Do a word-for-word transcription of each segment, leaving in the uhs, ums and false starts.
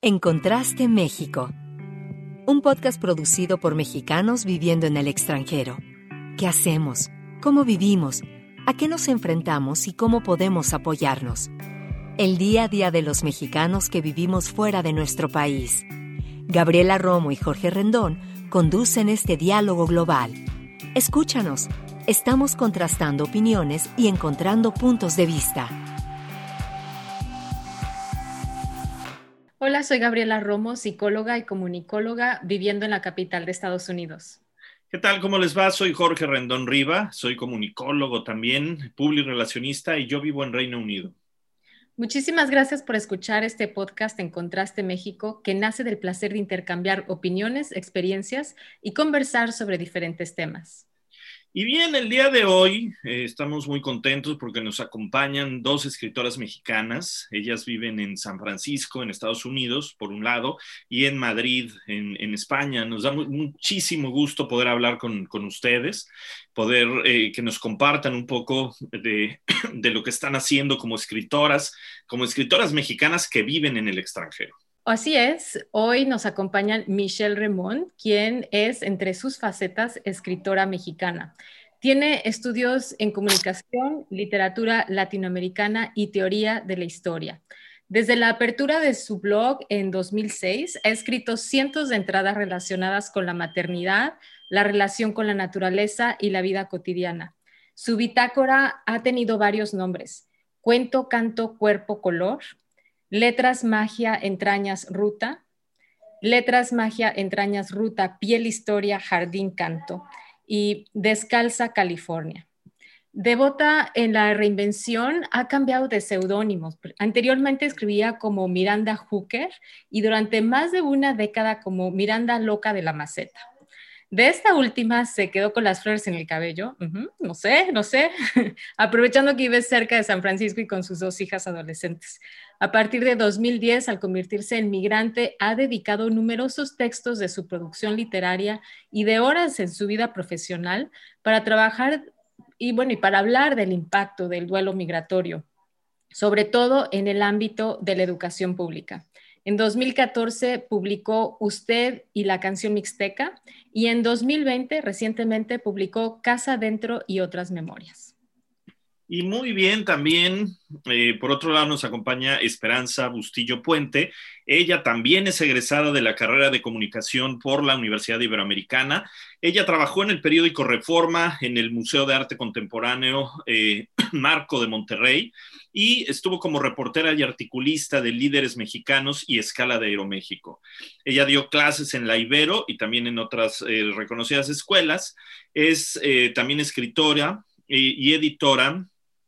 Encontraste México, un podcast producido por mexicanos viviendo en el extranjero. ¿Qué hacemos? ¿Cómo vivimos? ¿A qué nos enfrentamos y cómo podemos apoyarnos? El día a día de los mexicanos que vivimos fuera de nuestro país. Gabriela Romo y Jorge Rendón conducen este diálogo global. Escúchanos, estamos contrastando opiniones y encontrando puntos de vista. Hola, soy Gabriela Romo, psicóloga y comunicóloga viviendo en la capital de Estados Unidos. ¿Qué tal? ¿Cómo les va? Soy Jorge Rendón Riva, soy comunicólogo también, publirelacionista y yo vivo en Reino Unido. Muchísimas gracias por escuchar este podcast Encontraste México, que nace del placer de intercambiar opiniones, experiencias y conversar sobre diferentes temas. Y bien, el día de hoy eh, estamos muy contentos porque nos acompañan dos escritoras mexicanas. Ellas viven en San Francisco, en Estados Unidos, por un lado, y en Madrid, en, en España. Nos da muchísimo gusto poder hablar con, con ustedes, poder eh, que nos compartan un poco de, de lo que están haciendo como escritoras, como escritoras mexicanas que viven en el extranjero. Así es, hoy nos acompaña Michelle Remón, quien es, entre sus facetas, escritora mexicana. Tiene estudios en comunicación, literatura latinoamericana y teoría de la historia. Desde la apertura de su blog en dos mil seis, ha escrito cientos de entradas relacionadas con la maternidad, la relación con la naturaleza y la vida cotidiana. Su bitácora ha tenido varios nombres: Cuento, Canto, Cuerpo, Color, Letras, Magia, Entrañas, Ruta, Letras, Magia, Entrañas, Ruta, Piel, Historia, Jardín, Canto y Descalza, California. Devota en la reinvención, ha cambiado de seudónimos. Anteriormente escribía como Miranda Hooker y durante más de una década como Miranda Loca de la Maceta. De esta última se quedó con las flores en el cabello, uh-huh, no sé, no sé, aprovechando que vive cerca de San Francisco y con sus dos hijas adolescentes. A partir de dos mil diez, al convertirse en migrante, ha dedicado numerosos textos de su producción literaria y de horas en su vida profesional para trabajar y, bueno, y para hablar del impacto del duelo migratorio, sobre todo en el ámbito de la educación pública. En dos mil catorce publicó Usted y la canción mixteca y en dos mil veinte recientemente publicó Casa Adentro y otras memorias. Y muy bien, también, eh, por otro lado, nos acompaña Esperanza Bustillo Puente. Ella también es egresada de la carrera de comunicación por la Universidad Iberoamericana. Ella trabajó en el periódico Reforma, en el Museo de Arte Contemporáneo eh, Marco de Monterrey, y estuvo como reportera y articulista de Líderes Mexicanos y Escala de Aeroméxico. Ella dio clases en la Ibero y también en otras eh, reconocidas escuelas. Es eh, también escritora y, y editora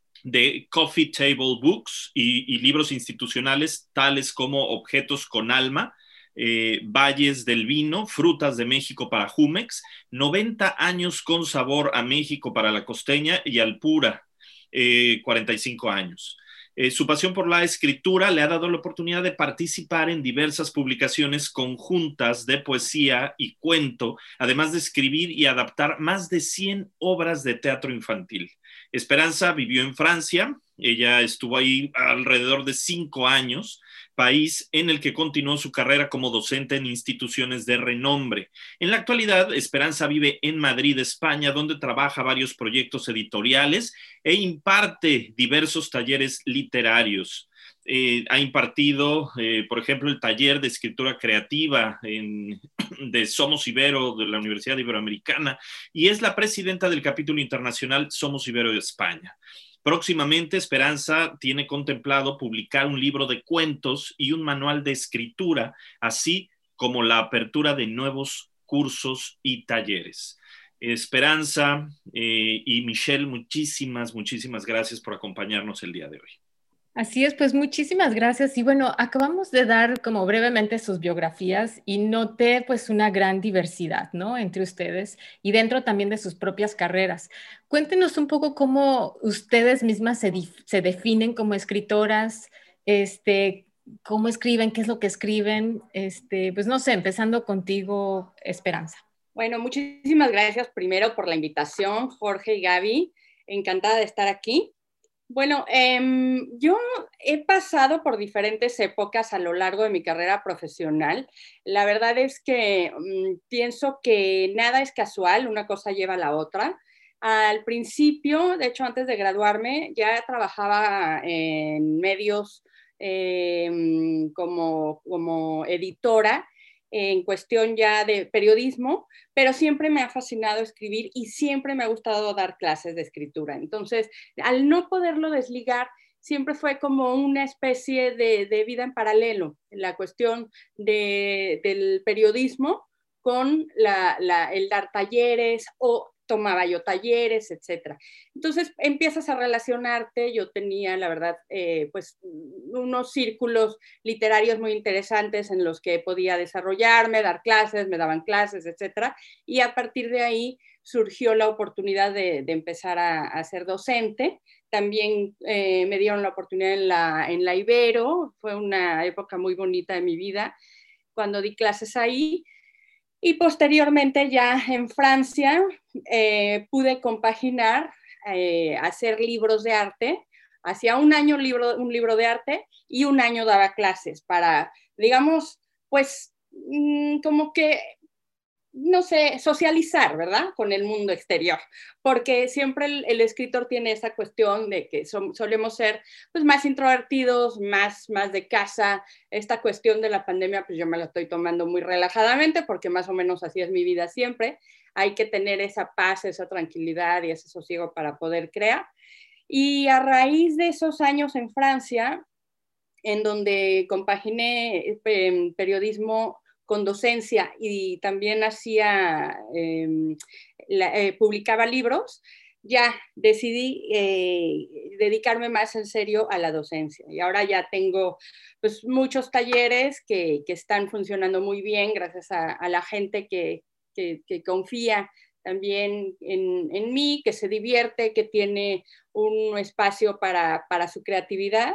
de Coffee Table Books y, y libros institucionales tales como Objetos con Alma, eh, Valles del Vino, Frutas de México para Jumex, noventa años con sabor a México para La Costeña y Alpura, eh, cuarenta y cinco años. Eh, su pasión por la escritura le ha dado la oportunidad de participar en diversas publicaciones conjuntas de poesía y cuento, además de escribir y adaptar más de cien obras de teatro infantil. Esperanza vivió en Francia, ella estuvo ahí alrededor de cinco años, país en el que continuó su carrera como docente en instituciones de renombre. En la actualidad, Esperanza vive en Madrid, España, donde trabaja varios proyectos editoriales e imparte diversos talleres literarios. Eh, ha impartido, eh, por ejemplo, el taller de escritura creativa en, de Somos Ibero de la Universidad Iberoamericana y es la presidenta del capítulo internacional Somos Ibero de España. Próximamente, Esperanza tiene contemplado publicar un libro de cuentos y un manual de escritura, así como la apertura de nuevos cursos y talleres. Esperanza eh, y Michelle, muchísimas, muchísimas gracias por acompañarnos el día de hoy. Así es, pues muchísimas gracias. Y bueno, acabamos de dar como brevemente sus biografías y noté pues una gran diversidad, ¿no? Entre ustedes y dentro también de sus propias carreras. Cuéntenos un poco cómo ustedes mismas se, se definen como escritoras, este, cómo escriben, qué es lo que escriben, este, pues no sé, empezando contigo, Esperanza. Bueno, muchísimas gracias primero por la invitación, Jorge y Gaby. Encantada de estar aquí. Bueno, eh, yo he pasado por diferentes épocas a lo largo de mi carrera profesional. La verdad es que um, pienso que nada es casual, una cosa lleva a la otra. Al principio, de hecho, antes de graduarme, ya trabajaba en medios eh, como, como editora en cuestión ya de periodismo, pero siempre me ha fascinado escribir y siempre me ha gustado dar clases de escritura. Entonces, al no poderlo desligar, siempre fue como una especie de, de vida en paralelo, la cuestión de, del periodismo con la, la, el dar talleres o tomaba yo talleres, etcétera. Entonces empiezas a relacionarte, yo tenía, la verdad, eh, pues unos círculos literarios muy interesantes en los que podía desarrollarme, dar clases, me daban clases, etcétera, y a partir de ahí surgió la oportunidad de, de empezar a, a ser docente. También eh, me dieron la oportunidad en la, en la Ibero, fue una época muy bonita de mi vida cuando di clases ahí. Y posteriormente ya en Francia eh, pude compaginar, eh, hacer libros de arte. Hacía un año libro, un libro de arte y un año daba clases para, digamos, pues mmm, como que no sé, socializar, ¿verdad? Con el mundo exterior, porque siempre el, el escritor tiene esa cuestión de que son, solemos ser pues, más introvertidos, más, más de casa. Esta cuestión de la pandemia, pues yo me la estoy tomando muy relajadamente, porque más o menos así es mi vida siempre. Hay que tener esa paz, esa tranquilidad y ese sosiego para poder crear. Y a raíz de esos años en Francia, en donde compaginé eh, periodismo con docencia y también hacía, eh, la, eh, publicaba libros, ya decidí eh, dedicarme más en serio a la docencia. Y ahora ya tengo pues, muchos talleres que, que están funcionando muy bien gracias a, a la gente que, que, que confía también en, en, mí, que se divierte, que tiene un espacio para, para su creatividad.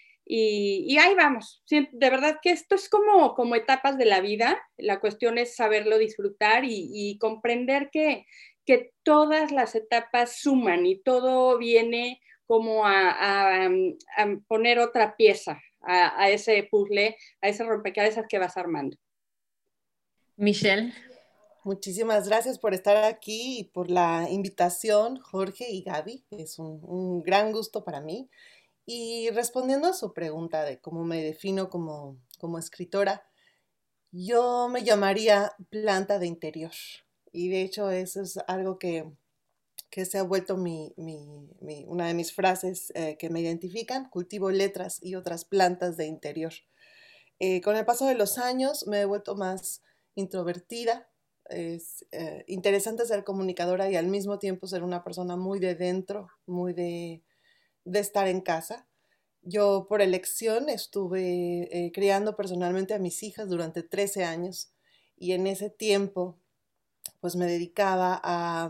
Y, y, ahí vamos. De verdad que esto es como, como etapas de la vida. La cuestión es saberlo disfrutar y, y comprender que, que todas las etapas suman y todo viene como a, a, a poner otra pieza a, a ese puzzle, a ese rompecabezas que vas armando. Michelle. Muchísimas gracias por estar aquí y por la invitación, Jorge y Gaby. Es un, un gran gusto para mí. Y respondiendo a su pregunta de cómo me defino como, como escritora, yo me llamaría planta de interior. Y de hecho eso es algo que, que se ha vuelto mi, mi, mi, una de mis frases eh, que me identifican. Cultivo letras y otras plantas de interior. Eh, con el paso de los años me he vuelto más introvertida. Es eh, interesante ser comunicadora y al mismo tiempo ser una persona muy de dentro, muy de, de estar en casa. Yo por elección estuve eh, criando personalmente a mis hijas durante trece años y en ese tiempo pues me dedicaba a,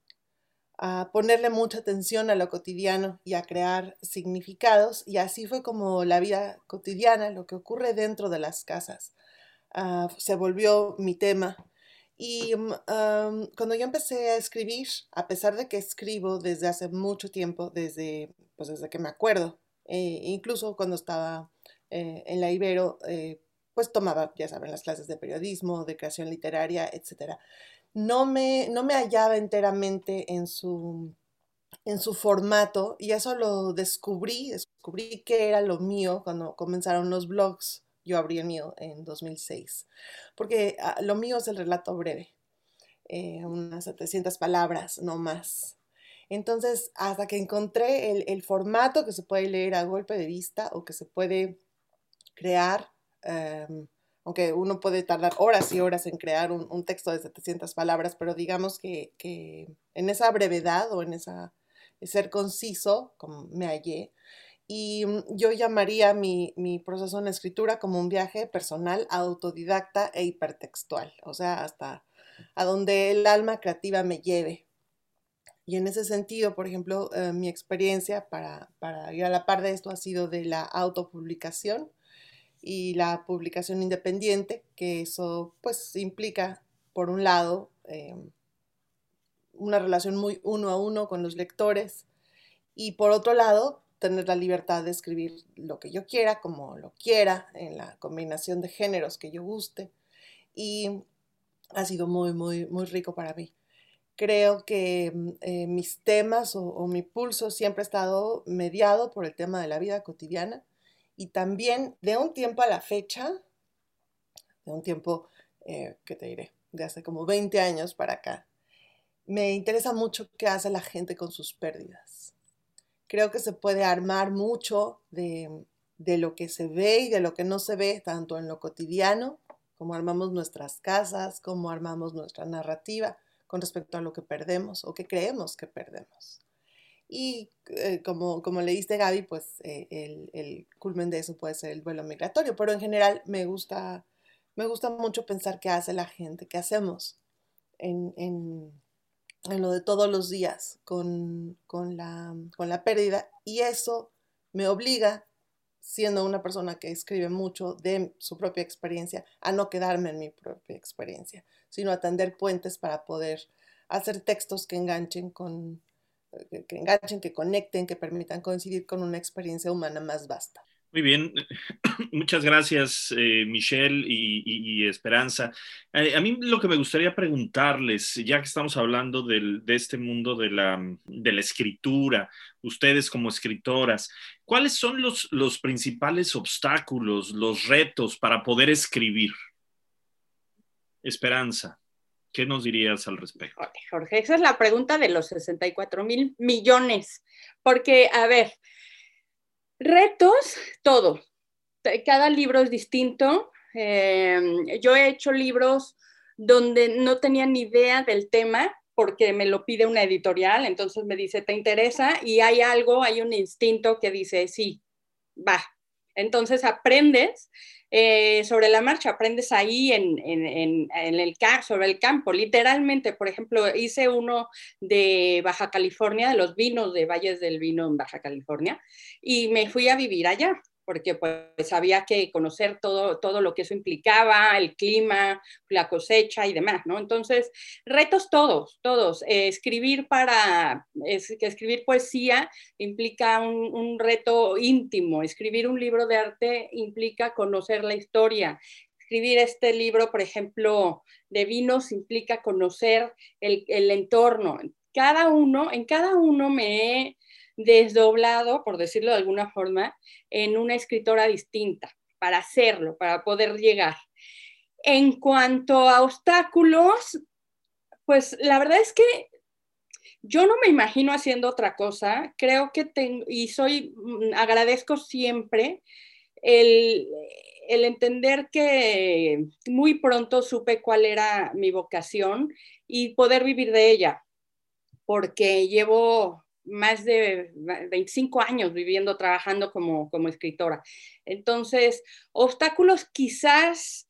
a ponerle mucha atención a lo cotidiano y a crear significados, y así fue como la vida cotidiana, lo que ocurre dentro de las casas, uh, se volvió mi tema. Y um, um, cuando yo empecé a escribir, a pesar de que escribo desde hace mucho tiempo, desde, pues desde que me acuerdo, eh, incluso cuando estaba eh, en la Ibero, eh, pues tomaba, ya saben, las clases de periodismo, de creación literaria, etcétera. No me, no me hallaba enteramente en su, en su formato, y eso lo descubrí, descubrí que era lo mío cuando comenzaron los blogs. Yo abrí el mío en dos mil seis, porque uh, lo mío es el relato breve, eh, unas setecientas palabras, no más. Entonces, hasta que encontré el, el formato que se puede leer a golpe de vista o que se puede crear, um, aunque uno puede tardar horas y horas en crear un, un texto de setecientas palabras, pero digamos que, que en esa brevedad o en esa ser conciso, como me hallé. Y yo llamaría mi, mi proceso en escritura como un viaje personal, autodidacta e hipertextual, o sea, hasta a donde el alma creativa me lleve. Y en ese sentido, por ejemplo, eh, mi experiencia para, para ir a la par de esto ha sido de la autopublicación y la publicación independiente, que eso pues implica, por un lado, eh, una relación muy uno a uno con los lectores, y por otro lado, tener la libertad de escribir lo que yo quiera, como lo quiera, en la combinación de géneros que yo guste. Y ha sido muy, muy, muy rico para mí. Creo que eh, mis temas o, o mi pulso siempre ha estado mediado por el tema de la vida cotidiana y también de un tiempo a la fecha, de un tiempo, eh, ¿qué te diré? De hace como veinte años para acá, me interesa mucho qué hace la gente con sus pérdidas. Creo que se puede armar mucho de, de lo que se ve y de lo que no se ve, tanto en lo cotidiano, como armamos nuestras casas, como armamos nuestra narrativa con respecto a lo que perdemos o que creemos que perdemos. Y eh, como, como leíste, Gaby, pues eh, el, el culmen de eso puede ser el duelo migratorio, pero en general me gusta, me gusta mucho pensar qué hace la gente, qué hacemos en, en, en lo de todos los días con, con, la, con la pérdida, y eso me obliga, siendo una persona que escribe mucho de su propia experiencia, a no quedarme en mi propia experiencia, sino a tender puentes para poder hacer textos que enganchen, con, que, que enganchen, que conecten, que permitan coincidir con una experiencia humana más vasta. Muy bien, muchas gracias, eh, Michelle y, y, y Esperanza. Eh, a mí lo que me gustaría preguntarles, ya que estamos hablando del, de este mundo de la, de la escritura, ustedes como escritoras, ¿cuáles son los, los principales obstáculos, los retos para poder escribir? Esperanza, ¿qué nos dirías al respecto? Jorge, esa es la pregunta de los sesenta y cuatro mil millones, porque, a ver, retos, todo. Cada libro es distinto. Eh, yo he hecho libros donde no tenía ni idea del tema porque me lo pide una editorial, entonces me dice, ¿te interesa? Y hay algo, hay un instinto que dice, sí, va. Entonces aprendes eh, sobre la marcha, aprendes ahí en, en, en, en el, sobre el campo, literalmente. Por ejemplo, hice uno de Baja California, de los vinos de Valles del Vino en Baja California, y me fui a vivir allá, porque pues había que conocer todo, todo lo que eso implicaba, el clima, la cosecha y demás, ¿no? Entonces, retos todos, todos. Eh, escribir para, es, que escribir poesía implica un, un reto íntimo. Escribir un libro de arte implica conocer la historia. Escribir este libro, por ejemplo, de vinos implica conocer el, el entorno. Cada uno, en cada uno me he desdoblado, por decirlo de alguna forma, en una escritora distinta, para hacerlo, para poder llegar. En cuanto a obstáculos, pues la verdad es que yo no me imagino haciendo otra cosa. Creo que tengo, y soy, agradezco siempre el, el entender que muy pronto supe cuál era mi vocación y poder vivir de ella, porque llevo más de veinticinco años viviendo, trabajando como, como escritora. Entonces, obstáculos quizás,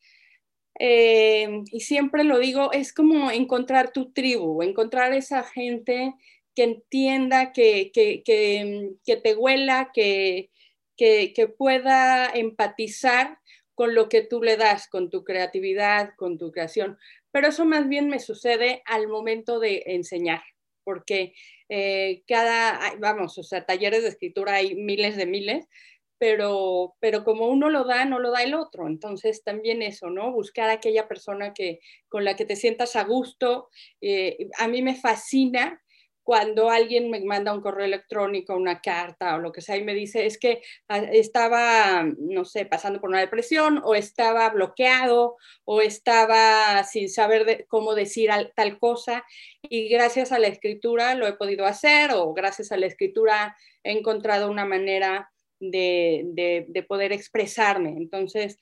eh, y siempre lo digo, es como encontrar tu tribu, encontrar esa gente que entienda, que, que, que, que te huela, que, que, que pueda empatizar con lo que tú le das, con tu creatividad, con tu creación. Pero eso más bien me sucede al momento de enseñar, porque eh, cada, vamos, o sea, talleres de escritura hay miles de miles, pero, pero como uno lo da, no lo da el otro. Entonces también eso, ¿no? Buscar a aquella persona que, con la que te sientas a gusto. Eh, a mí me fascina cuando alguien me manda un correo electrónico, una carta o lo que sea y me dice, es que estaba, no sé, pasando por una depresión o estaba bloqueado o estaba sin saber de cómo decir tal cosa y gracias a la escritura lo he podido hacer o gracias a la escritura he encontrado una manera de, de, de poder expresarme. Entonces,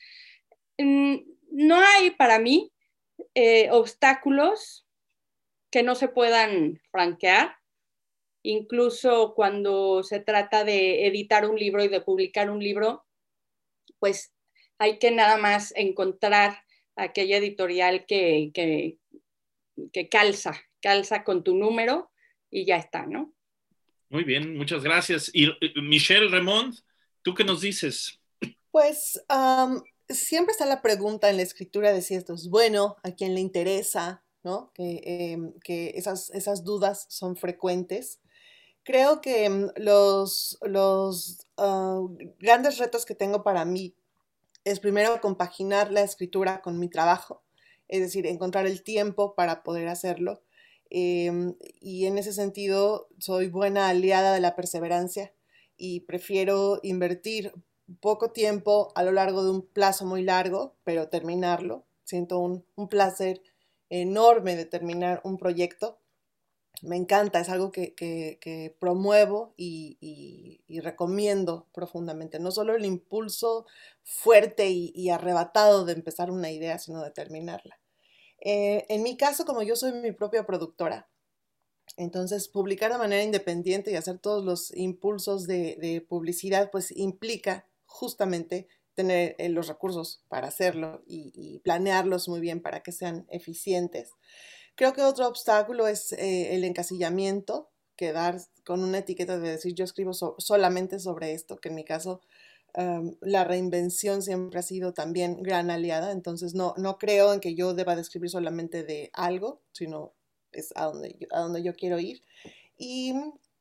no hay para mí eh, obstáculos que no se puedan franquear, incluso cuando se trata de editar un libro y de publicar un libro, pues hay que nada más encontrar aquella editorial que, que, que calza, calza con tu número y ya está, ¿no? Muy bien, muchas gracias. Y Michelle Remond, ¿tú qué nos dices? Pues um, siempre está la pregunta en la escritura de si esto es bueno, a quién le interesa, ¿no? Que, eh, que esas, esas dudas son frecuentes. Creo que mm, los, los uh, grandes retos que tengo para mí es primero compaginar la escritura con mi trabajo, es decir, encontrar el tiempo para poder hacerlo. Eh, y en ese sentido soy buena aliada de la perseverancia y prefiero invertir poco tiempo a lo largo de un plazo muy largo, pero terminarlo. Siento un, un placer enorme de terminar un proyecto. Me encanta, es algo que, que, que promuevo y, y, y recomiendo profundamente. No solo el impulso fuerte y, y arrebatado de empezar una idea, sino de terminarla. Eh, en mi caso, como yo soy mi propia productora, entonces publicar de manera independiente y hacer todos los impulsos de, de publicidad, pues implica justamente tener eh, los recursos para hacerlo y, y planearlos muy bien para que sean eficientes. Creo que otro obstáculo es eh, el encasillamiento, quedar con una etiqueta de decir yo escribo so solamente sobre esto, que en mi caso um, la reinvención siempre ha sido también gran aliada, entonces no, no creo en que yo deba de escribir solamente de algo, sino es a donde yo, a donde yo quiero ir. Y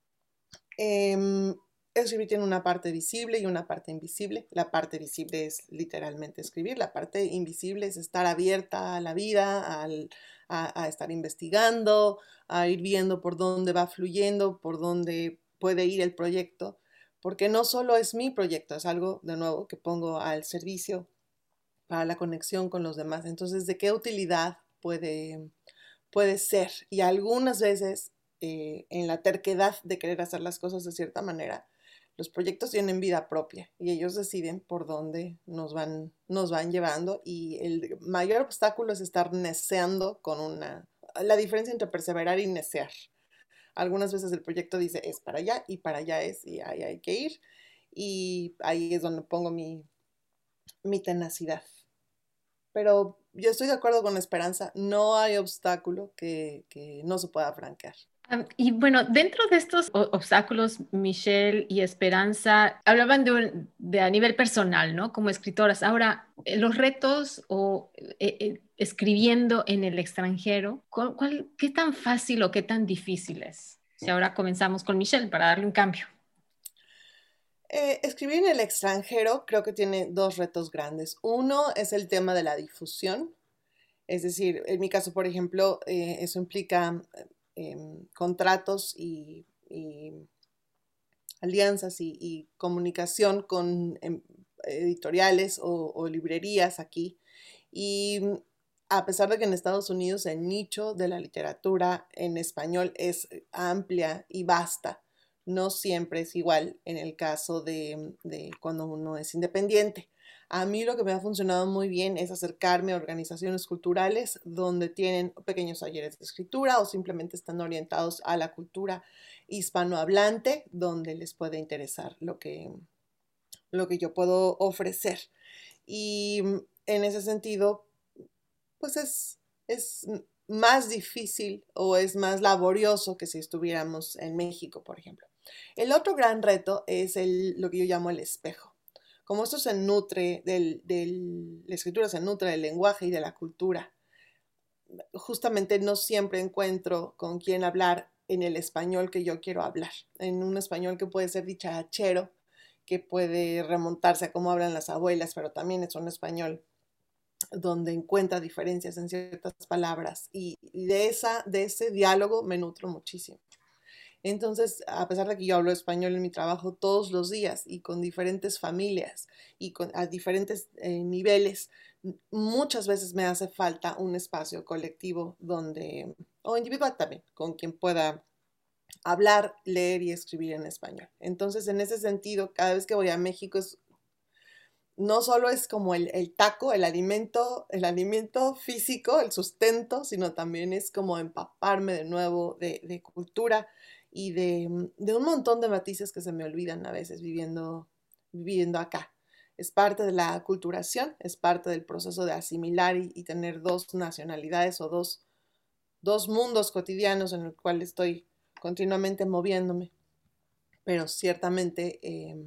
eh, escribir tiene una parte visible y una parte invisible. La parte visible es literalmente escribir, la parte invisible es estar abierta a la vida, al, a, a estar investigando, a ir viendo por dónde va fluyendo, por dónde puede ir el proyecto, porque no solo es mi proyecto, es algo, de nuevo, que pongo al servicio para la conexión con los demás. Entonces, ¿de qué utilidad puede, puede ser? Y algunas veces, eh, en la terquedad de querer hacer las cosas de cierta manera, los proyectos tienen vida propia y ellos deciden por dónde nos van, nos van llevando, y el mayor obstáculo es estar neceando con una... La diferencia entre perseverar y necear. Algunas veces el proyecto dice es para allá y para allá es y ahí hay que ir, y ahí es donde pongo mi, mi tenacidad. Pero yo estoy de acuerdo con Esperanza, no hay obstáculo que, que no se pueda franquear. Um, y bueno, dentro de estos obstáculos, Michelle y Esperanza hablaban de, un, de a nivel personal, ¿no? Como escritoras. Ahora, los retos o eh, eh, escribiendo en el extranjero, ¿cuál, cuál, ¿qué tan fácil o qué tan difícil es? Si ahora comenzamos con Michelle para darle un cambio. Eh, escribir en el extranjero creo que tiene dos retos grandes. Uno es el tema de la difusión. Es decir, en mi caso, por ejemplo, eh, eso implica eh, contratos y, y alianzas y, y, comunicación con eh, editoriales o, o librerías aquí. Y a pesar de que en Estados Unidos el nicho de la literatura en español es amplia y vasta, no siempre es igual en el caso de, de cuando uno es independiente. A mí lo que me ha funcionado muy bien es acercarme a organizaciones culturales donde tienen pequeños talleres de escritura o simplemente están orientados a la cultura hispanohablante, donde les puede interesar lo que, lo que yo puedo ofrecer. Y en ese sentido, pues es, es más difícil o es más laborioso que si estuviéramos en México, por ejemplo. El otro gran reto es el, lo que yo llamo el espejo. Como esto se nutre del, del, la escritura se nutre del lenguaje y de la cultura, justamente no siempre encuentro con quién hablar en el español que yo quiero hablar, en un español que puede ser dicharachero, que puede remontarse a cómo hablan las abuelas, pero también es un español donde encuentra diferencias en ciertas palabras, y de, esa, de ese diálogo me nutro muchísimo. Entonces, a pesar de que yo hablo español en mi trabajo todos los días y con diferentes familias y con, a diferentes eh, niveles, muchas veces me hace falta un espacio colectivo donde, o individual también, con quien pueda hablar, leer y escribir en español. Entonces, en ese sentido, cada vez que voy a México es... No solo es como el, el taco, el alimento, el alimento físico, el sustento, sino también es como empaparme de nuevo de, de cultura y de, de un montón de matices que se me olvidan a veces viviendo, viviendo acá. Es parte de la aculturación, es parte del proceso de asimilar y, y tener dos nacionalidades o dos, dos mundos cotidianos en el cual estoy continuamente moviéndome. Pero ciertamente... Eh,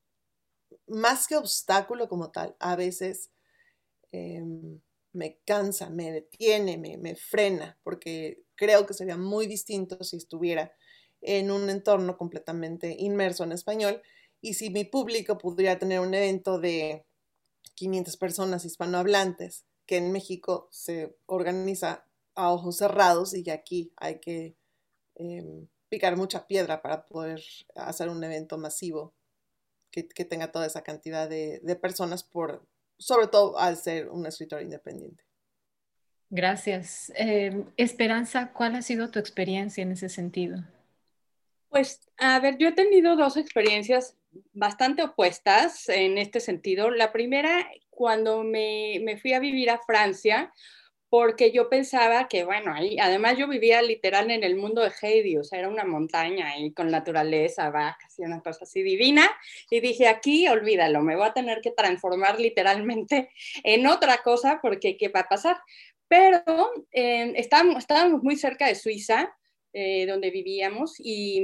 más que obstáculo como tal, a veces eh, me cansa, me detiene, me, me frena, porque creo que sería muy distinto si estuviera en un entorno completamente inmerso en español. Y si mi público pudiera tener un evento de quinientas personas hispanohablantes, que en México se organiza a ojos cerrados y que aquí hay que eh, picar mucha piedra para poder hacer un evento masivo que, que tenga toda esa cantidad de, de personas, por, sobre todo al ser un escritor independiente. Gracias. Eh, Esperanza, ¿cuál ha sido tu experiencia en ese sentido? Pues, a ver, yo he tenido dos experiencias bastante opuestas en este sentido. La primera, cuando me, me fui a vivir a Francia, porque yo pensaba que, bueno, ahí, además yo vivía literal en el mundo de Heidi, o sea, era una montaña ahí con naturaleza, vacas y una cosa así divina, y dije, aquí, olvídalo, me voy a tener que transformar literalmente en otra cosa, porque ¿qué va a pasar? Pero eh, estábamos, estábamos muy cerca de Suiza, eh, donde vivíamos, y,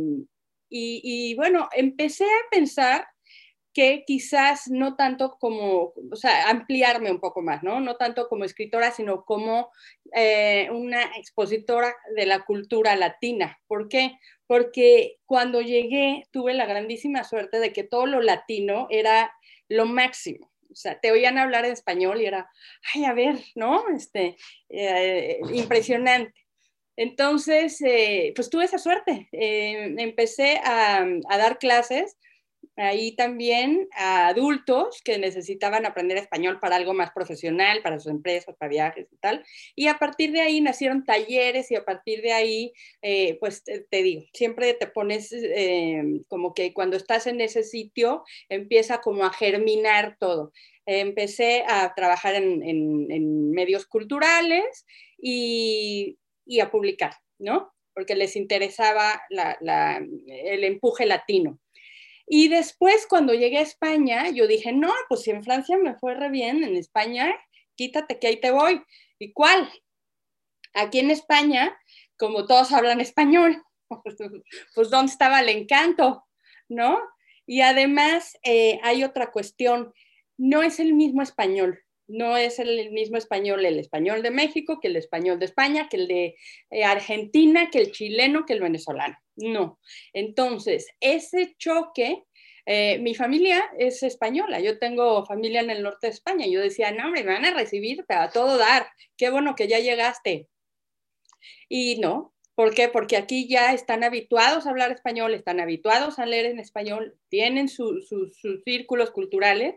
y, y bueno, empecé a pensar que quizás no tanto como, o sea, ampliarme un poco más, ¿no? No tanto como escritora, sino como eh, una expositora de la cultura latina. ¿Por qué? Porque cuando llegué tuve la grandísima suerte de que todo lo latino era lo máximo. O sea, te oían hablar en español y era, ay, a ver, ¿no? Este, eh, impresionante. Entonces, eh, pues tuve esa suerte. Eh, empecé a, a dar clases ahí también a adultos que necesitaban aprender español para algo más profesional, para sus empresas, para viajes y tal. Y a partir de ahí nacieron talleres y a partir de ahí, eh, pues te, te digo, siempre te pones eh, como que cuando estás en ese sitio empieza como a germinar todo. Eh, empecé a trabajar en, en, en medios culturales y, y a publicar, ¿no? Porque les interesaba la, la, el empuje latino. Y después, cuando llegué a España, yo dije, no, pues si en Francia me fue re bien, en España, quítate que ahí te voy. ¿Y cuál? Aquí en España, como todos hablan español, pues ¿dónde estaba el encanto? ¿No? Y además eh, hay otra cuestión, no es el mismo español, no es el mismo español, el español de México, que el español de España, que el de eh, Argentina, que el chileno, que el venezolano. No. Entonces, ese choque, eh, mi familia es española, yo tengo familia en el norte de España, yo decía, no, hombre, me van a recibir a todo dar, qué bueno que ya llegaste. Y no, ¿por qué? Porque aquí ya están habituados a hablar español, están habituados a leer en español, tienen su, su, sus círculos culturales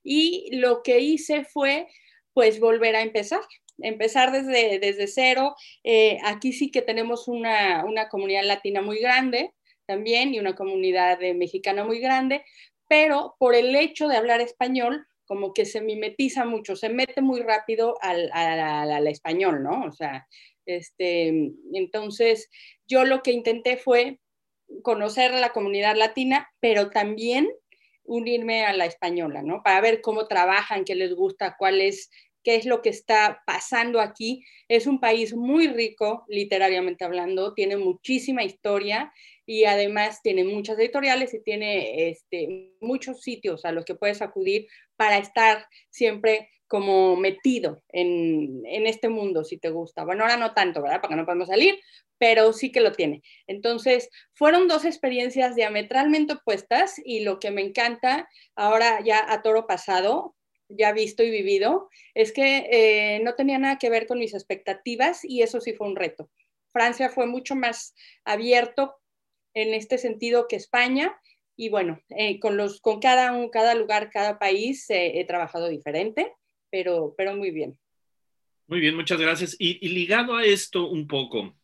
y lo que hice fue pues volver a empezar, empezar desde, desde cero. Eh, aquí sí que tenemos una, una comunidad latina muy grande también y una comunidad de mexicana muy grande, pero por el hecho de hablar español, como que se mimetiza mucho, se mete muy rápido al, al, al, al español, ¿no? O sea, este, entonces yo lo que intenté fue conocer a la comunidad latina, pero también unirme a la española, ¿no? Para ver cómo trabajan, qué les gusta, cuál es, qué es lo que está pasando aquí. Es un país muy rico, literariamente hablando, tiene muchísima historia y además tiene muchas editoriales y tiene este, muchos sitios a los que puedes acudir para estar siempre como metido en, en este mundo, si te gusta. Bueno, ahora no tanto, ¿verdad? Porque no podemos salir, pero sí que lo tiene. Entonces, fueron dos experiencias diametralmente opuestas y lo que me encanta ahora ya a toro pasado, ya visto y vivido, es que eh, no tenía nada que ver con mis expectativas y eso sí fue un reto. Francia fue mucho más abierto en este sentido que España y bueno, eh, con, los, con cada, un, cada lugar, cada país eh, he trabajado diferente, pero, pero muy bien. Muy bien, muchas gracias. Y, y ligado a esto un poco,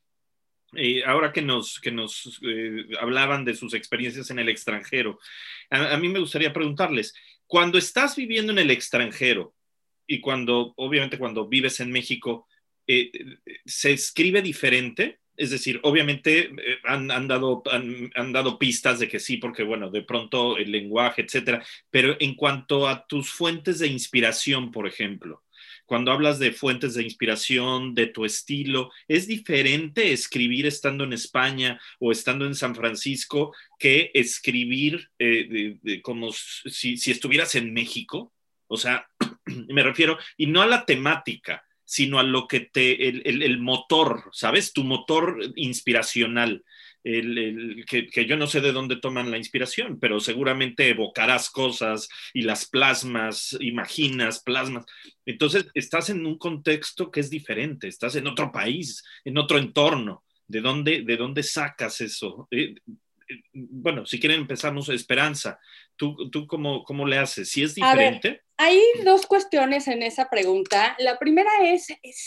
eh, ahora que nos, que nos eh, hablaban de sus experiencias en el extranjero, a, a mí me gustaría preguntarles, cuando estás viviendo en el extranjero y cuando, obviamente cuando vives en México, eh, ¿se escribe diferente? Es decir, obviamente eh, han, han, dado, han, han dado pistas de que sí, porque bueno, de pronto el lenguaje, etcétera, pero en cuanto a tus fuentes de inspiración, por ejemplo, cuando hablas de fuentes de inspiración, de tu estilo, ¿es diferente escribir estando en España o estando en San Francisco que escribir eh, de, de, como si, si estuvieras en México? O sea, me refiero, y no a la temática, sino a lo que te, el, el, el motor, ¿sabes? Tu motor inspiracional. el, el, que, que yo no sé de dónde toman la inspiración, pero seguramente evocarás cosas y las plasmas, imaginas, plasmas. Entonces, estás en un contexto que es diferente, estás en otro país, en otro entorno. ¿De dónde, de dónde sacas eso? Eh, eh, bueno, si quieren empezamos, Esperanza, ¿tú, tú cómo, cómo le haces? ¿Si es A ver, diferente? hay dos cuestiones en esa pregunta. La primera es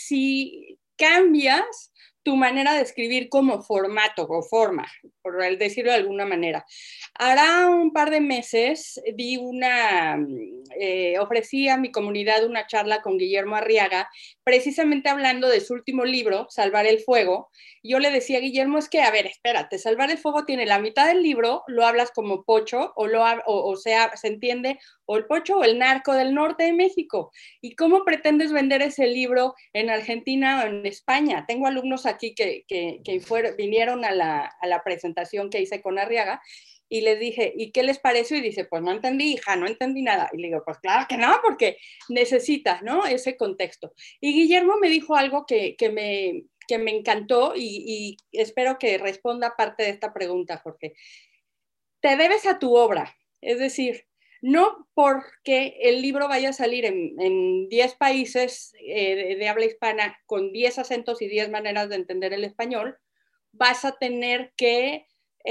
si cambias tu manera de escribir como formato o forma, por decirlo de alguna manera. Hará un par de meses di una, eh, ofrecí a mi comunidad una charla con Guillermo Arriaga, precisamente hablando de su último libro, Salvar el Fuego. Yo le decía a Guillermo, es que, a ver, espérate, Salvar el Fuego tiene la mitad del libro, lo hablas como pocho, o, lo, o, o sea, se entiende, o el pocho o el narco del norte de México. ¿Y cómo pretendes vender ese libro en Argentina o en España? Tengo alumnos aquí que, que, que fueron, vinieron a la, a la presentación que hice con Arriaga y les dije, ¿y qué les pareció? Y dice, pues no entendí, hija, no entendí nada. Y le digo, pues claro que no, porque necesitas, ¿no? Ese contexto. Y Guillermo me dijo algo que, que, me, que me encantó y, y espero que responda parte de esta pregunta, Jorge. Te debes a tu obra, es decir, no porque el libro vaya a salir en diez países eh, de, de habla hispana con diez acentos y diez maneras de entender el español, vas a tener que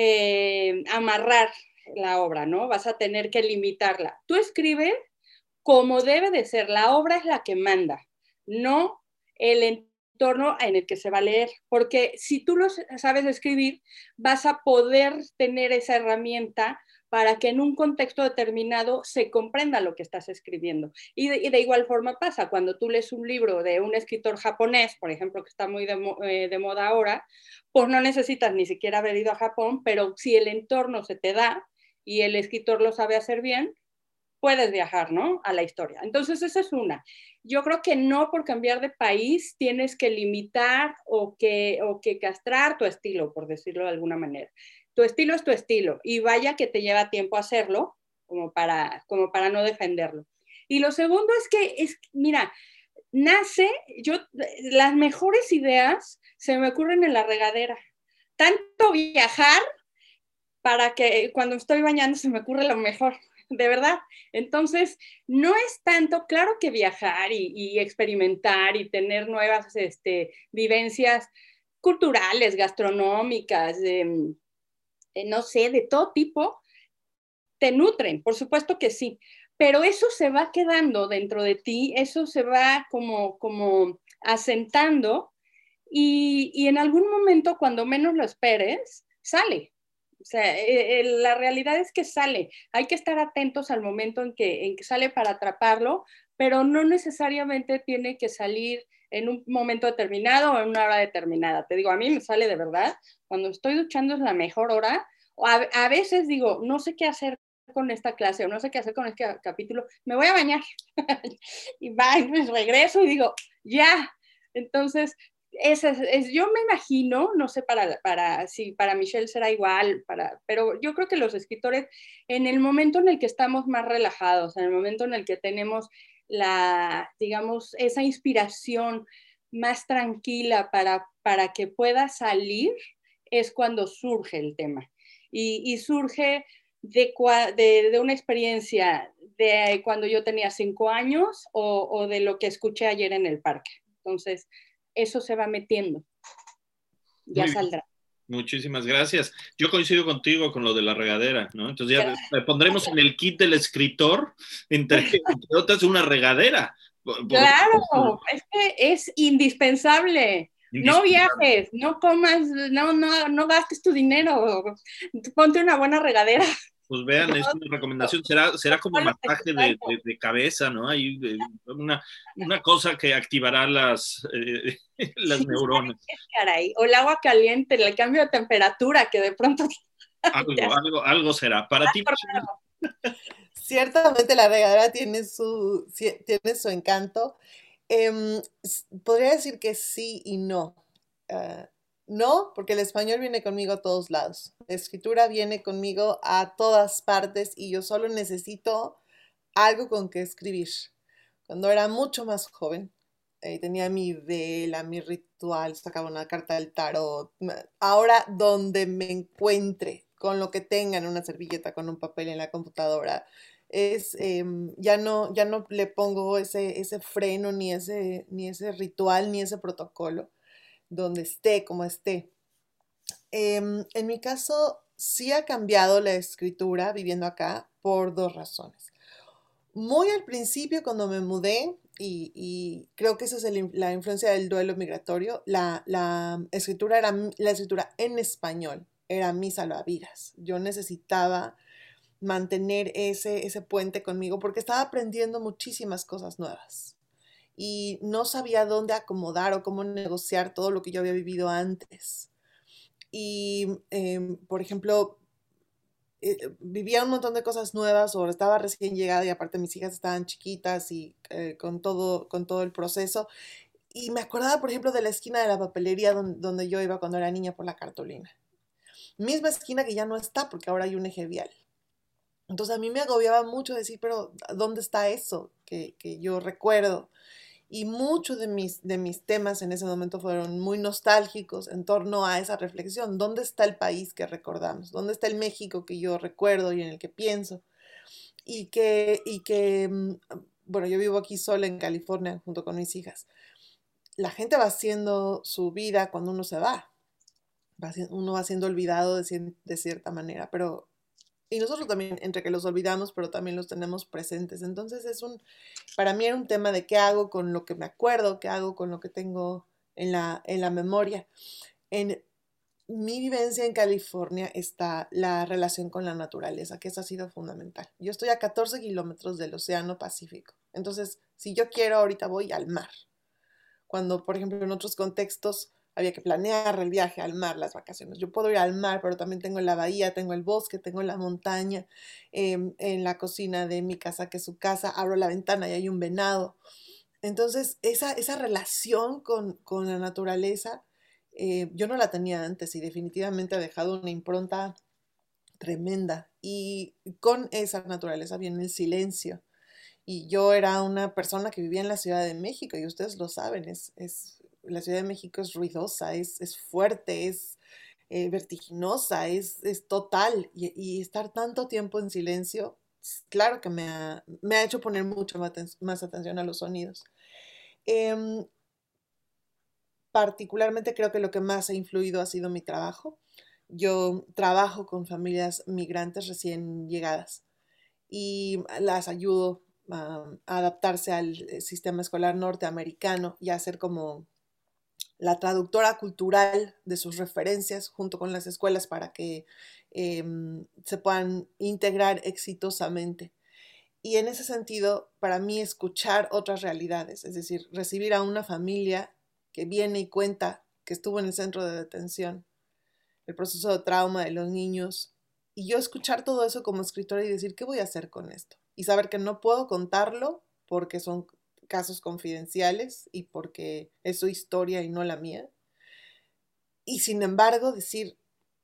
eh, amarrar la obra, ¿no? Vas a tener que limitarla. Tú escribes como debe de ser, la obra es la que manda, no el entorno en el que se va a leer, porque si tú lo sabes escribir, vas a poder tener esa herramienta para que en un contexto determinado se comprenda lo que estás escribiendo. Y de, y de igual forma pasa, cuando tú lees un libro de un escritor japonés, por ejemplo, que está muy de, eh, de moda ahora, pues no necesitas ni siquiera haber ido a Japón, pero si el entorno se te da y el escritor lo sabe hacer bien, puedes viajar, ¿no? A la historia. Entonces, esa es una. Yo creo que no por cambiar de país tienes que limitar o que, o que castrar tu estilo, por decirlo de alguna manera. Tu estilo es tu estilo y vaya que te lleva tiempo hacerlo como para, como para no defenderlo. Y lo segundo es que, es, mira, nace, yo, las mejores ideas se me ocurren en la regadera. Tanto viajar para que cuando estoy bañando se me ocurre lo mejor. De verdad. Entonces, no es tanto, claro que viajar y, y experimentar y tener nuevas este, vivencias culturales, gastronómicas, eh, eh, no sé, de todo tipo, te nutren, por supuesto que sí, pero eso se va quedando dentro de ti, eso se va como, como asentando y, y en algún momento, cuando menos lo esperes, sale. O sea, eh, la realidad es que sale. Hay que estar atentos al momento en que, en que sale para atraparlo, pero no necesariamente tiene que salir en un momento determinado o en una hora determinada. Te digo, a mí me sale de verdad. Cuando estoy duchando es la mejor hora. O a, a veces digo, no sé qué hacer con esta clase o no sé qué hacer con este capítulo. Me voy a bañar. Y va, y pues regreso y digo, ya. Entonces, Es, es, yo me imagino, no sé para, para, si para Michelle será igual, para, pero yo creo que los escritores, en el momento en el que estamos más relajados, en el momento en el que tenemos la, digamos, esa inspiración más tranquila para, para que pueda salir, es cuando surge el tema. Y, y surge de, de, de, una experiencia de cuando yo tenía cinco años o, o de lo que escuché ayer en el parque. Entonces, eso se va metiendo. Ya Muy saldrá. Bien. Muchísimas gracias. Yo coincido contigo con lo de la regadera, ¿no? Entonces ya le pondremos en el kit del escritor, entre, entre otras, una regadera. Por, claro, por, es que es indispensable. indispensable. No viajes, no comas, no, no, no gastes tu dinero. Ponte una buena regadera. Pues vean, no, es una recomendación, será, será como masaje de, de, de cabeza, ¿no? Hay una, una cosa que activará las, eh, las sí, neuronas. Caray. O el agua caliente, el cambio de temperatura, que de pronto... Algo, algo, algo será. Para ti, ciertamente la regadera tiene su, tiene su encanto. Eh, podría decir que sí y no. Uh, no, porque el español viene conmigo a todos lados. La escritura viene conmigo a todas partes y yo solo necesito algo con que escribir. Cuando era mucho más joven, eh, tenía mi vela, mi ritual, sacaba una carta del tarot. Ahora donde me encuentre, con lo que tenga en una servilleta, con un papel en la computadora, es, eh, ya, no, ya no le pongo ese, ese freno, ni ese, ni ese ritual, ni ese protocolo, donde esté, como esté. Eh, en mi caso, sí ha cambiado la escritura viviendo acá por dos razones. Muy al principio, cuando me mudé, y, y creo que esa es el, la influencia del duelo migratorio, la, la, escritura era, la escritura en español era mi salvavidas. Yo necesitaba mantener ese, ese puente conmigo porque estaba aprendiendo muchísimas cosas nuevas y no sabía dónde acomodar o cómo negociar todo lo que yo había vivido antes. Y, eh, por ejemplo, eh, vivía un montón de cosas nuevas o estaba recién llegada y aparte mis hijas estaban chiquitas y eh, con, todo, con todo el proceso. Y me acordaba, por ejemplo, de la esquina de la papelería donde, donde yo iba cuando era niña por la cartulina. Misma esquina que ya no está porque ahora hay un eje vial. Entonces a mí me agobiaba mucho decir, pero ¿dónde está eso que, que yo recuerdo? Y muchos de mis, de mis temas en ese momento fueron muy nostálgicos en torno a esa reflexión. ¿Dónde está el país que recordamos? ¿Dónde está el México que yo recuerdo y en el que pienso? Y que, y que bueno, yo vivo aquí sola en California junto con mis hijas. La gente va haciendo su vida cuando uno se va. va uno va siendo olvidado de, de cierta manera, pero... Y nosotros también, entre que los olvidamos, pero también los tenemos presentes. Entonces es un, para mí era un tema de qué hago con lo que me acuerdo, qué hago con lo que tengo en la, en la memoria. En mi vivencia en California está la relación con la naturaleza, que eso ha sido fundamental. Yo estoy a catorce kilómetros del Océano Pacífico. Entonces, si yo quiero, ahorita voy al mar. Cuando, por ejemplo, en otros contextos había que planear el viaje al mar, las vacaciones. Yo puedo ir al mar, pero también tengo la bahía, tengo el bosque, tengo la montaña. Eh, en la cocina de mi casa, que es su casa, abro la ventana y hay un venado. Entonces, esa, esa relación con, con la naturaleza, eh, yo no la tenía antes y definitivamente ha dejado una impronta tremenda. Y con esa naturaleza viene el silencio. Y yo era una persona que vivía en la Ciudad de México y ustedes lo saben, es, es la Ciudad de México es ruidosa, es, es fuerte, es eh, vertiginosa, es, es total. Y, y, estar tanto tiempo en silencio, claro que me ha, me ha hecho poner mucho más, más atención a los sonidos. Eh, particularmente creo que lo que más ha influido ha sido mi trabajo. Yo trabajo con familias migrantes recién llegadas y las ayudo a, a adaptarse al sistema escolar norteamericano y a ser como la traductora cultural de sus referencias junto con las escuelas para que eh, se puedan integrar exitosamente. Y en ese sentido, para mí, escuchar otras realidades, es decir, recibir a una familia que viene y cuenta que estuvo en el centro de detención, el proceso de trauma de los niños, y yo escuchar todo eso como escritora y decir, ¿qué voy a hacer con esto? Y saber que no puedo contarlo porque son casos confidenciales y porque es su historia y no la mía. Y sin embargo, decir,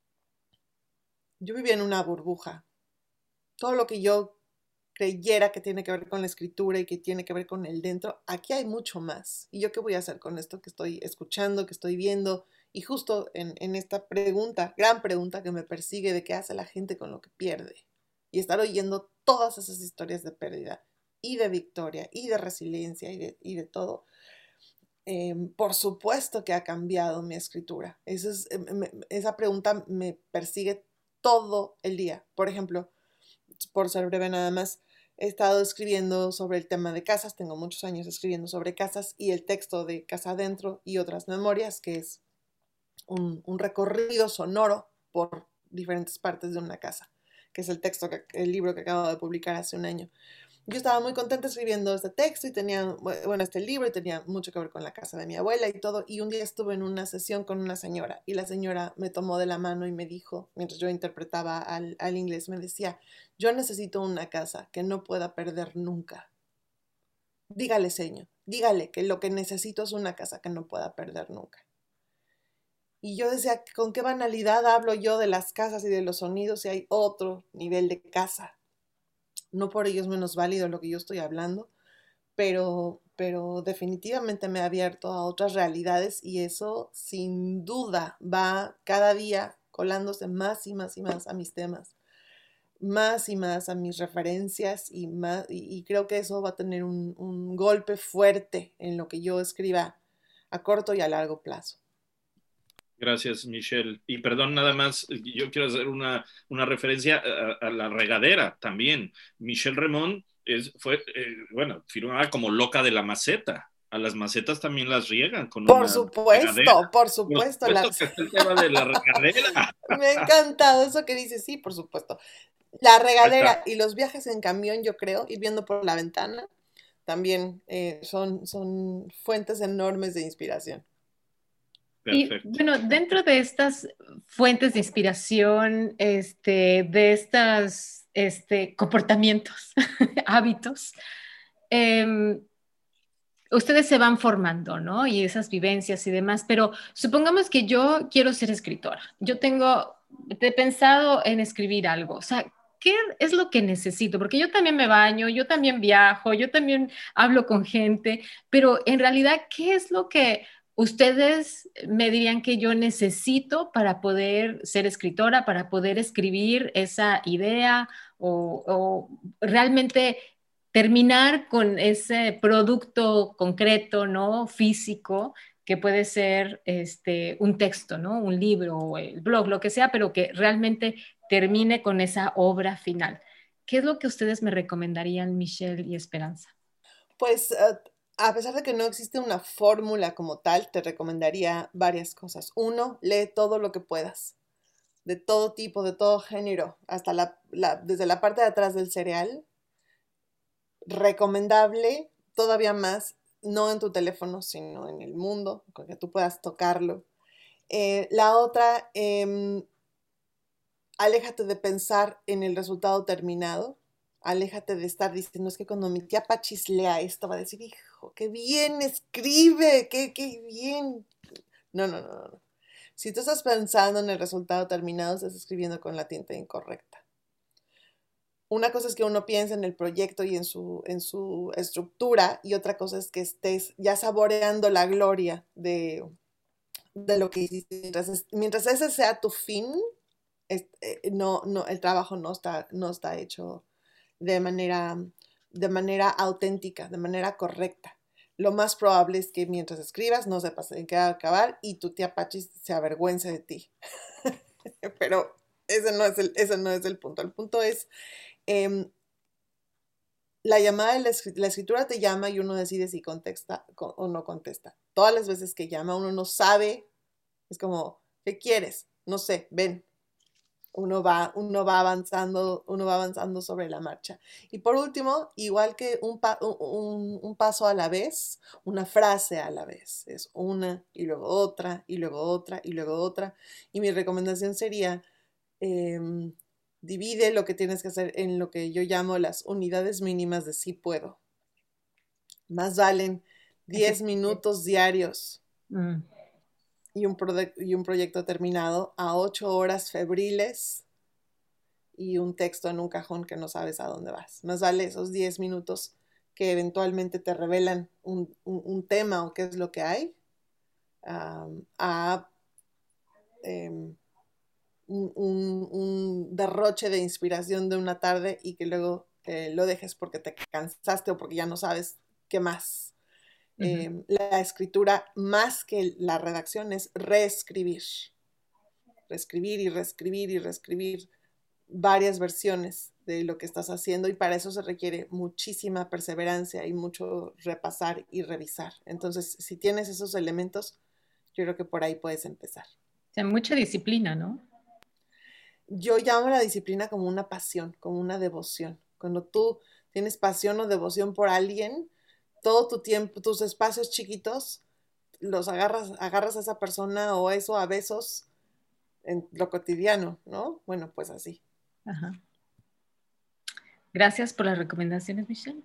yo vivía en una burbuja. Todo lo que yo creyera que tiene que ver con la escritura y que tiene que ver con el dentro, aquí hay mucho más. ¿Y yo qué voy a hacer con esto que estoy escuchando, que estoy viendo? Y justo en, en esta pregunta, gran pregunta que me persigue de qué hace la gente con lo que pierde. Y estar oyendo todas esas historias de pérdida y de victoria y de resiliencia y de, y de todo. Eh, por supuesto que ha cambiado mi escritura. Esa, es, me, esa pregunta me persigue todo el día. Por ejemplo, por ser breve nada más, he estado escribiendo sobre el tema de casas, tengo muchos años escribiendo sobre casas y el texto de Casa Adentro y otras memorias, que es un, un recorrido sonoro por diferentes partes de una casa, que es el texto, que, el libro que acabo de publicar hace un año. Yo estaba muy contenta escribiendo este texto y tenía, bueno, este libro y tenía mucho que ver con la casa de mi abuela y todo. Y un día estuve en una sesión con una señora y la señora me tomó de la mano y me dijo, mientras yo interpretaba al, al inglés, me decía, yo necesito una casa que no pueda perder nunca. Dígale, señor, dígale que lo que necesito es una casa que no pueda perder nunca. Y yo decía, ¿con qué banalidad hablo yo de las casas y de los sonidos si hay otro nivel de casa? No por ello es menos válido lo que yo estoy hablando, pero, pero definitivamente me ha abierto a otras realidades y eso sin duda va cada día colándose más y más y más a mis temas, más y más a mis referencias y, más, y, y creo que eso va a tener un, un golpe fuerte en lo que yo escriba a corto y a largo plazo. Gracias, Michelle. Y perdón, nada más, yo quiero hacer una, una referencia a, a la regadera también. Michelle Remón es, fue, eh, bueno, firmaba como loca de la maceta. A las macetas también las riegan con por una supuesto, regadera. por supuesto, Por supuesto las... que es el tema de la regadera. Me ha encantado eso que dices, sí, por supuesto. La regadera y los viajes en camión, yo creo, ir viendo por la ventana, también eh, son, son fuentes enormes de inspiración. Perfecto. Y bueno, dentro de estas fuentes de inspiración, este, de estos este, comportamientos, hábitos, eh, ustedes se van formando, ¿no? Y esas vivencias y demás, pero supongamos que yo quiero ser escritora. Yo tengo, he pensado en escribir algo, o sea, ¿qué es lo que necesito? Porque yo también me baño, yo también viajo, yo también hablo con gente, pero en realidad, ¿qué es lo que ustedes me dirían que yo necesito para poder ser escritora, para poder escribir esa idea o, o realmente terminar con ese producto concreto, ¿no? Físico, que puede ser este, un texto, ¿no? Un libro o el blog, lo que sea, pero que realmente termine con esa obra final. ¿Qué es lo que ustedes me recomendarían, Michelle y Esperanza? Pues uh, a pesar de que no existe una fórmula como tal, te recomendaría varias cosas. Uno, lee todo lo que puedas, de todo tipo, de todo género, hasta la, la, desde la parte de atrás del cereal. Recomendable, todavía más, no en tu teléfono, sino en el mundo, con que tú puedas tocarlo. Eh, la otra, eh, aléjate de pensar en el resultado terminado. Aléjate de estar diciendo, es que cuando mi tía Pachis lea esto va a decir, hijo, qué bien escribe, qué, qué bien. No, no, no, no. Si tú estás pensando en el resultado terminado, estás escribiendo con la tinta incorrecta. Una cosa es que uno piense en el proyecto y en su, en su estructura, y otra cosa es que estés ya saboreando la gloria de, de lo que hiciste. Mientras, mientras ese sea tu fin, es, eh, no, no, el trabajo no está, no está hecho de manera, de manera auténtica, de manera correcta. Lo más probable es que mientras escribas no sepas en qué va a acabar y tu tía Pachis se avergüence de ti. Pero ese no, es el, ese no es el punto. El punto es, eh, la llamada de la, la escritura te llama y uno decide si contesta o no contesta. Todas las veces que llama uno no sabe, es como, ¿qué quieres? No sé, ven. Uno va, uno va avanzando, uno va avanzando sobre la marcha. Y por último, igual que un, pa, un, un paso a la vez, una frase a la vez. Es una y luego otra y luego otra y luego otra. Y mi recomendación sería, eh, divide lo que tienes que hacer en lo que yo llamo las unidades mínimas de sí puedo. Más valen diez minutos diarios. Mm. Y un, y un proyecto terminado a ocho horas febriles y un texto en un cajón que no sabes a dónde vas. Más vale esos diez minutos que eventualmente te revelan un, un, un tema o qué es lo que hay, um, a um, un, un, un derroche de inspiración de una tarde y que luego eh, lo dejes porque te cansaste o porque ya no sabes qué más. Uh-huh. Eh, la escritura, más que la redacción, es reescribir. Reescribir y reescribir y reescribir varias versiones de lo que estás haciendo y para eso se requiere muchísima perseverancia y mucho repasar y revisar. Entonces, si tienes esos elementos, yo creo que por ahí puedes empezar. O sea, mucha disciplina, ¿no? Yo llamo la disciplina como una pasión, como una devoción. Cuando tú tienes pasión o devoción por alguien, todo tu tiempo, tus espacios chiquitos, los agarras, agarras a esa persona o eso a besos en lo cotidiano, ¿no? Bueno, pues así. Ajá. Gracias por las recomendaciones, Michelle.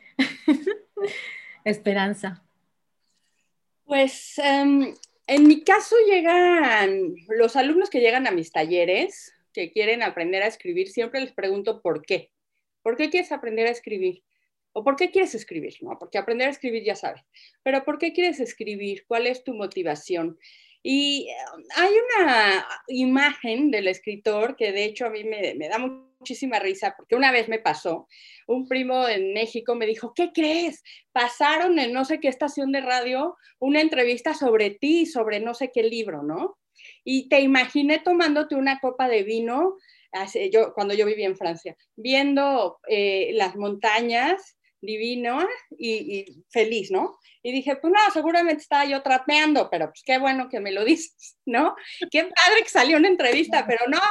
Esperanza. Pues um, en mi caso llegan los alumnos que llegan a mis talleres, que quieren aprender a escribir, siempre les pregunto por qué. ¿Por qué quieres aprender a escribir? ¿O por qué quieres escribir? ¿No? Porque aprender a escribir ya sabes. Pero ¿por qué quieres escribir? ¿Cuál es tu motivación? Y hay una imagen del escritor que de hecho a mí me, me da muchísima risa, porque una vez me pasó, un primo en México me dijo, ¿qué crees? Pasaron en no sé qué estación de radio una entrevista sobre ti, sobre no sé qué libro, ¿no? Y te imaginé tomándote una copa de vino, yo, cuando yo vivía en Francia, viendo eh, las montañas, divino y, y feliz, ¿no? Y dije, pues no, seguramente estaba yo trapeando, pero pues qué bueno que me lo dices, ¿no? Qué padre que salió una entrevista, pero no,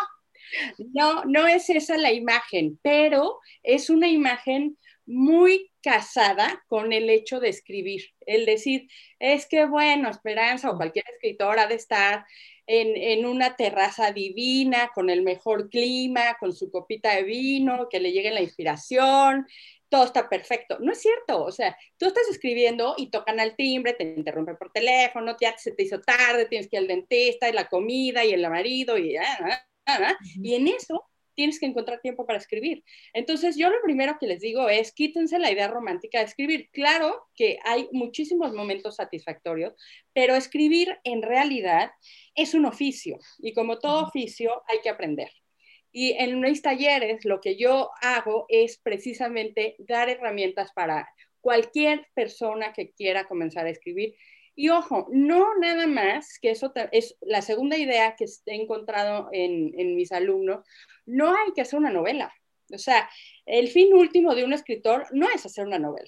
no, no es esa la imagen, pero es una imagen muy casada con el hecho de escribir. El decir, es que bueno, Esperanza o cualquier escritor ha de estar en, en una terraza divina, con el mejor clima, con su copita de vino, que le llegue la inspiración, todo está perfecto. No es cierto, o sea, tú estás escribiendo y tocan al timbre, te interrumpen por teléfono, ya se te hizo tarde, tienes que ir al dentista, y la comida, y el marido, y, ah, ah, ah, uh-huh. y en eso tienes que encontrar tiempo para escribir. Entonces, yo lo primero que les digo es, quítense la idea romántica de escribir. Claro que hay muchísimos momentos satisfactorios, pero escribir en realidad es un oficio, y como todo oficio hay que aprender. Y en mis talleres lo que yo hago es precisamente dar herramientas para cualquier persona que quiera comenzar a escribir. Y ojo, no nada más, que eso es la segunda idea que he encontrado en, en mis alumnos, no hay que hacer una novela. O sea, el fin último de un escritor no es hacer una novela.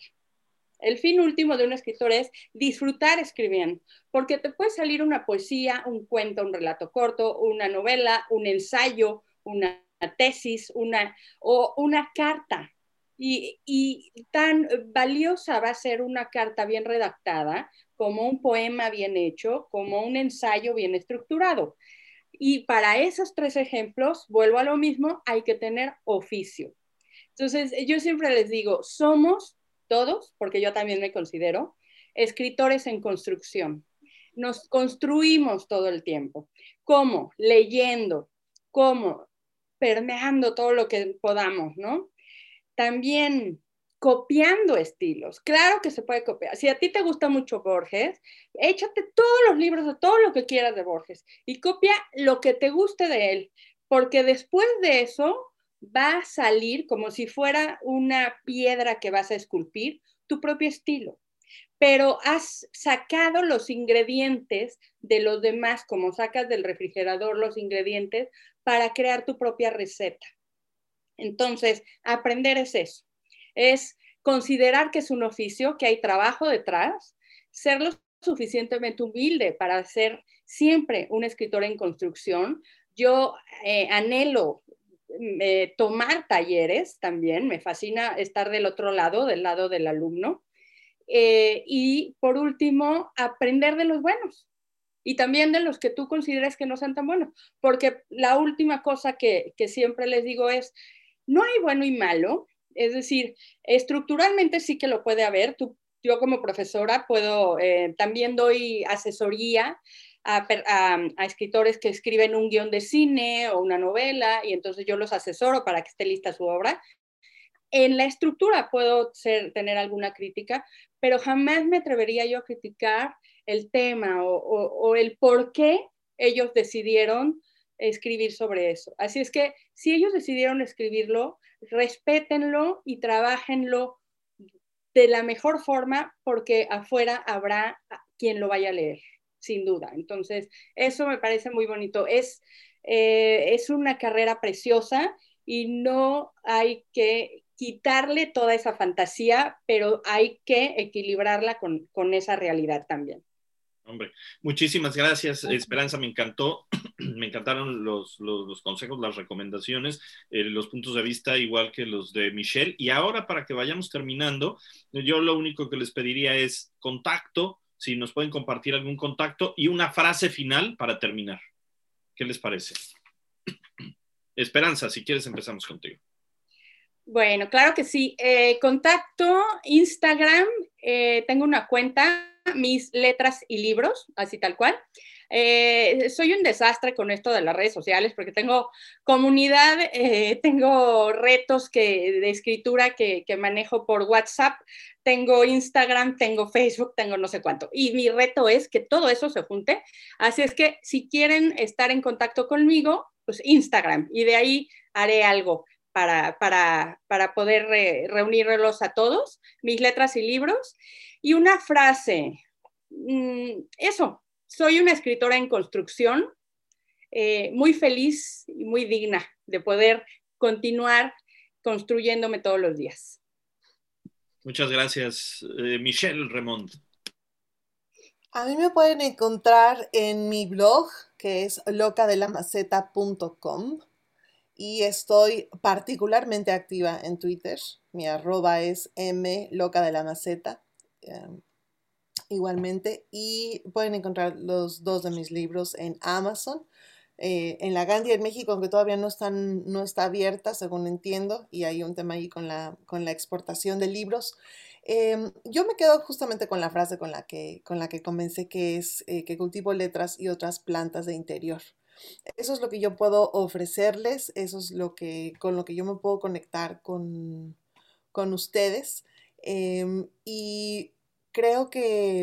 El fin último de un escritor es disfrutar escribiendo, porque te puede salir una poesía, un cuento, un relato corto, una novela, un ensayo, una tesis, una, o una carta. Y, y tan valiosa va a ser una carta bien redactada, como un poema bien hecho, como un ensayo bien estructurado. Y para esos tres ejemplos, vuelvo a lo mismo, hay que tener oficio. Entonces, yo siempre les digo, somos todos, porque yo también me considero, escritores en construcción. Nos construimos todo el tiempo. ¿Cómo? Leyendo. ¿Cómo? Permeando todo lo que podamos, ¿no? También copiando estilos. Claro que se puede copiar. Si a ti te gusta mucho Borges, échate todos los libros de todo lo que quieras de Borges y copia lo que te guste de él, porque después de eso va a salir como si fuera una piedra que vas a esculpir, tu propio estilo. Pero has sacado los ingredientes de los demás, como sacas del refrigerador los ingredientes para crear tu propia receta. Entonces, aprender es eso, es considerar que es un oficio, que hay trabajo detrás, ser lo suficientemente humilde para ser siempre un escritor en construcción. Yo eh, anhelo eh, tomar talleres también, me fascina estar del otro lado, del lado del alumno. Eh, y por último, aprender de los buenos y también de los que tú consideres que no sean tan buenos, porque la última cosa que, que siempre les digo es, no hay bueno y malo, es decir, estructuralmente sí que lo puede haber. Tú, yo como profesora puedo, eh, también doy asesoría a, a, a escritores que escriben un guión de cine o una novela, y entonces yo los asesoro para que esté lista su obra. En la estructura puedo ser, tener alguna crítica, pero jamás me atrevería yo a criticar el tema o, o, o el por qué ellos decidieron escribir sobre eso. Así es que si ellos decidieron escribirlo, respétenlo y trabájenlo de la mejor forma, porque afuera habrá quien lo vaya a leer, sin duda. Entonces, eso me parece muy bonito. Es, eh, es una carrera preciosa y no hay que quitarle toda esa fantasía, pero hay que equilibrarla con, con esa realidad también. Hombre, muchísimas gracias, Esperanza, me encantó, me encantaron los, los, los consejos, las recomendaciones, eh, los puntos de vista igual que los de Michelle. Y ahora, para que vayamos terminando, yo lo único que les pediría es contacto, si nos pueden compartir algún contacto y una frase final para terminar. ¿Qué les parece? Esperanza, si quieres empezamos contigo. Bueno, claro que sí. Eh, contacto, Instagram, eh, tengo una cuenta, Mis Letras y Libros, así tal cual. Eh, soy un desastre con esto de las redes sociales porque tengo comunidad, eh, tengo retos que, de escritura que, que manejo por WhatsApp, tengo Instagram, tengo Facebook, tengo no sé cuánto. Y mi reto es que todo eso se junte. Así es que si quieren estar en contacto conmigo, pues Instagram. Y de ahí haré algo para, para, para poder re, reunirlos a todos, mis letras y libros. Y una frase, mmm, eso. Soy una escritora en construcción, eh, muy feliz y muy digna de poder continuar construyéndome todos los días. Muchas gracias, eh, Michelle Remond. A mí me pueden encontrar en mi blog, que es loca de la maceta punto com, y estoy particularmente activa en Twitter. Mi arroba es mlocadelamaceta. Um, igualmente, y pueden encontrar los dos de mis libros en Amazon, eh, en la Gandhi en México, aunque todavía no, están, no está abierta, según entiendo, y hay un tema ahí con la, con la exportación de libros. Eh, yo me quedo justamente con la frase con la que, con la que comencé, que es eh, que cultivo letras y otras plantas de interior. Eso es lo que yo puedo ofrecerles, eso es lo que, con lo que yo me puedo conectar con, con ustedes. Eh, y creo que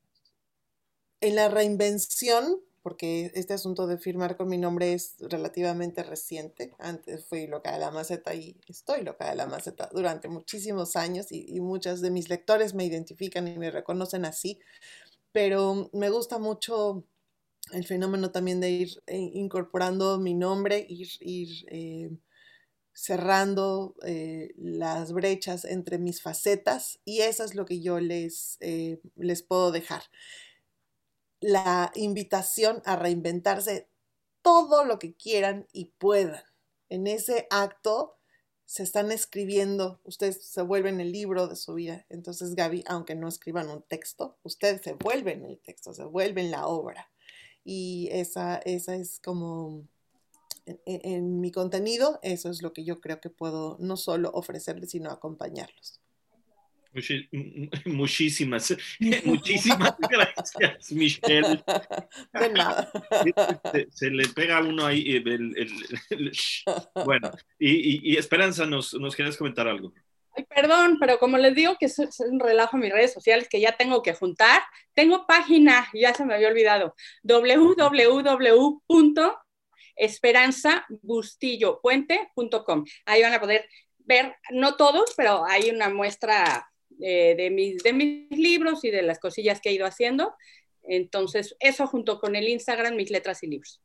en la reinvención, porque este asunto de firmar con mi nombre es relativamente reciente, antes fui loca de la maceta y estoy loca de la maceta durante muchísimos años y, y muchos de mis lectores me identifican y me reconocen así, pero me gusta mucho el fenómeno también de ir eh, incorporando mi nombre, ir, ir eh, cerrando eh, las brechas entre mis facetas, y eso es lo que yo les, eh, les puedo dejar. La invitación a reinventarse todo lo que quieran y puedan. En ese acto se están escribiendo, ustedes se vuelven el libro de su vida. Entonces, Gaby, aunque no escriban un texto, ustedes se vuelven el texto, se vuelven la obra. Y esa, esa es como... En, en mi contenido, eso es lo que yo creo que puedo no solo ofrecerles, sino acompañarlos. Muchísimas, muchísimas gracias, Michelle. De nada. Se, se le pega a uno ahí el, el, el, el... Bueno, y, y, y Esperanza, ¿nos, ¿nos quieres comentar algo? Ay, perdón, pero como les digo que es, es un relajo en mis redes sociales que ya tengo que juntar, tengo página, ya se me había olvidado, doble u doble u doble u punto esperanza bustillo puente punto com. Ahí van a poder ver, no todos, pero hay una muestra eh, de, mis, de mis libros y de las cosillas que he ido haciendo. Entonces, eso junto con el Instagram, mis letras y libros.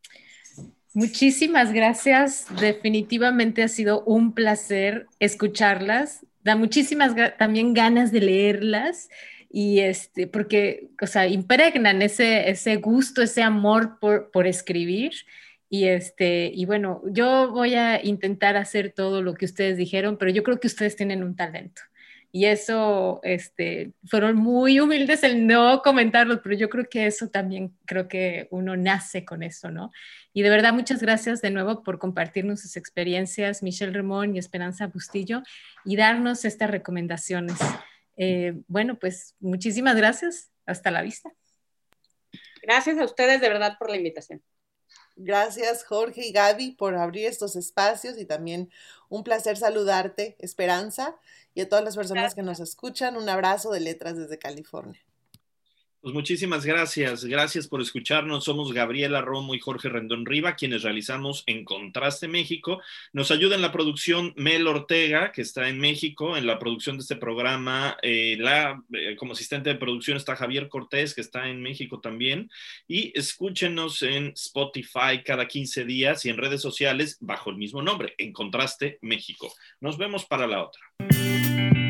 Muchísimas gracias. Definitivamente ha sido un placer escucharlas. Da muchísimas también ganas de leerlas. Y este, porque, o sea, impregnan ese, ese gusto, ese amor por, por escribir. Y, este, y bueno, yo voy a intentar hacer todo lo que ustedes dijeron, pero yo creo que ustedes tienen un talento. Y eso, este, fueron muy humildes el no comentarlo, pero yo creo que eso también, creo que uno nace con eso, ¿no? Y de verdad, muchas gracias de nuevo por compartirnos sus experiencias, Michelle Remond y Esperanza Bustillo, y darnos estas recomendaciones. Eh, bueno, pues muchísimas gracias. Hasta la vista. Gracias a ustedes de verdad por la invitación. Gracias, Jorge y Gaby, por abrir estos espacios, y también un placer saludarte, Esperanza, y a todas las personas Gracias. que nos escuchan. Un abrazo de Letras desde California. Pues muchísimas gracias. Gracias por escucharnos. Somos Gabriela Romo y Jorge Rendón Riva, quienes realizamos En Contraste México. Nos ayuda en la producción Mel Ortega, que está en México. En la producción de este programa, eh, la, eh, como asistente de producción está Javier Cortés, que está en México también. Y escúchenos en Spotify cada quince días y en redes sociales bajo el mismo nombre, En Contraste México. Nos vemos para la otra.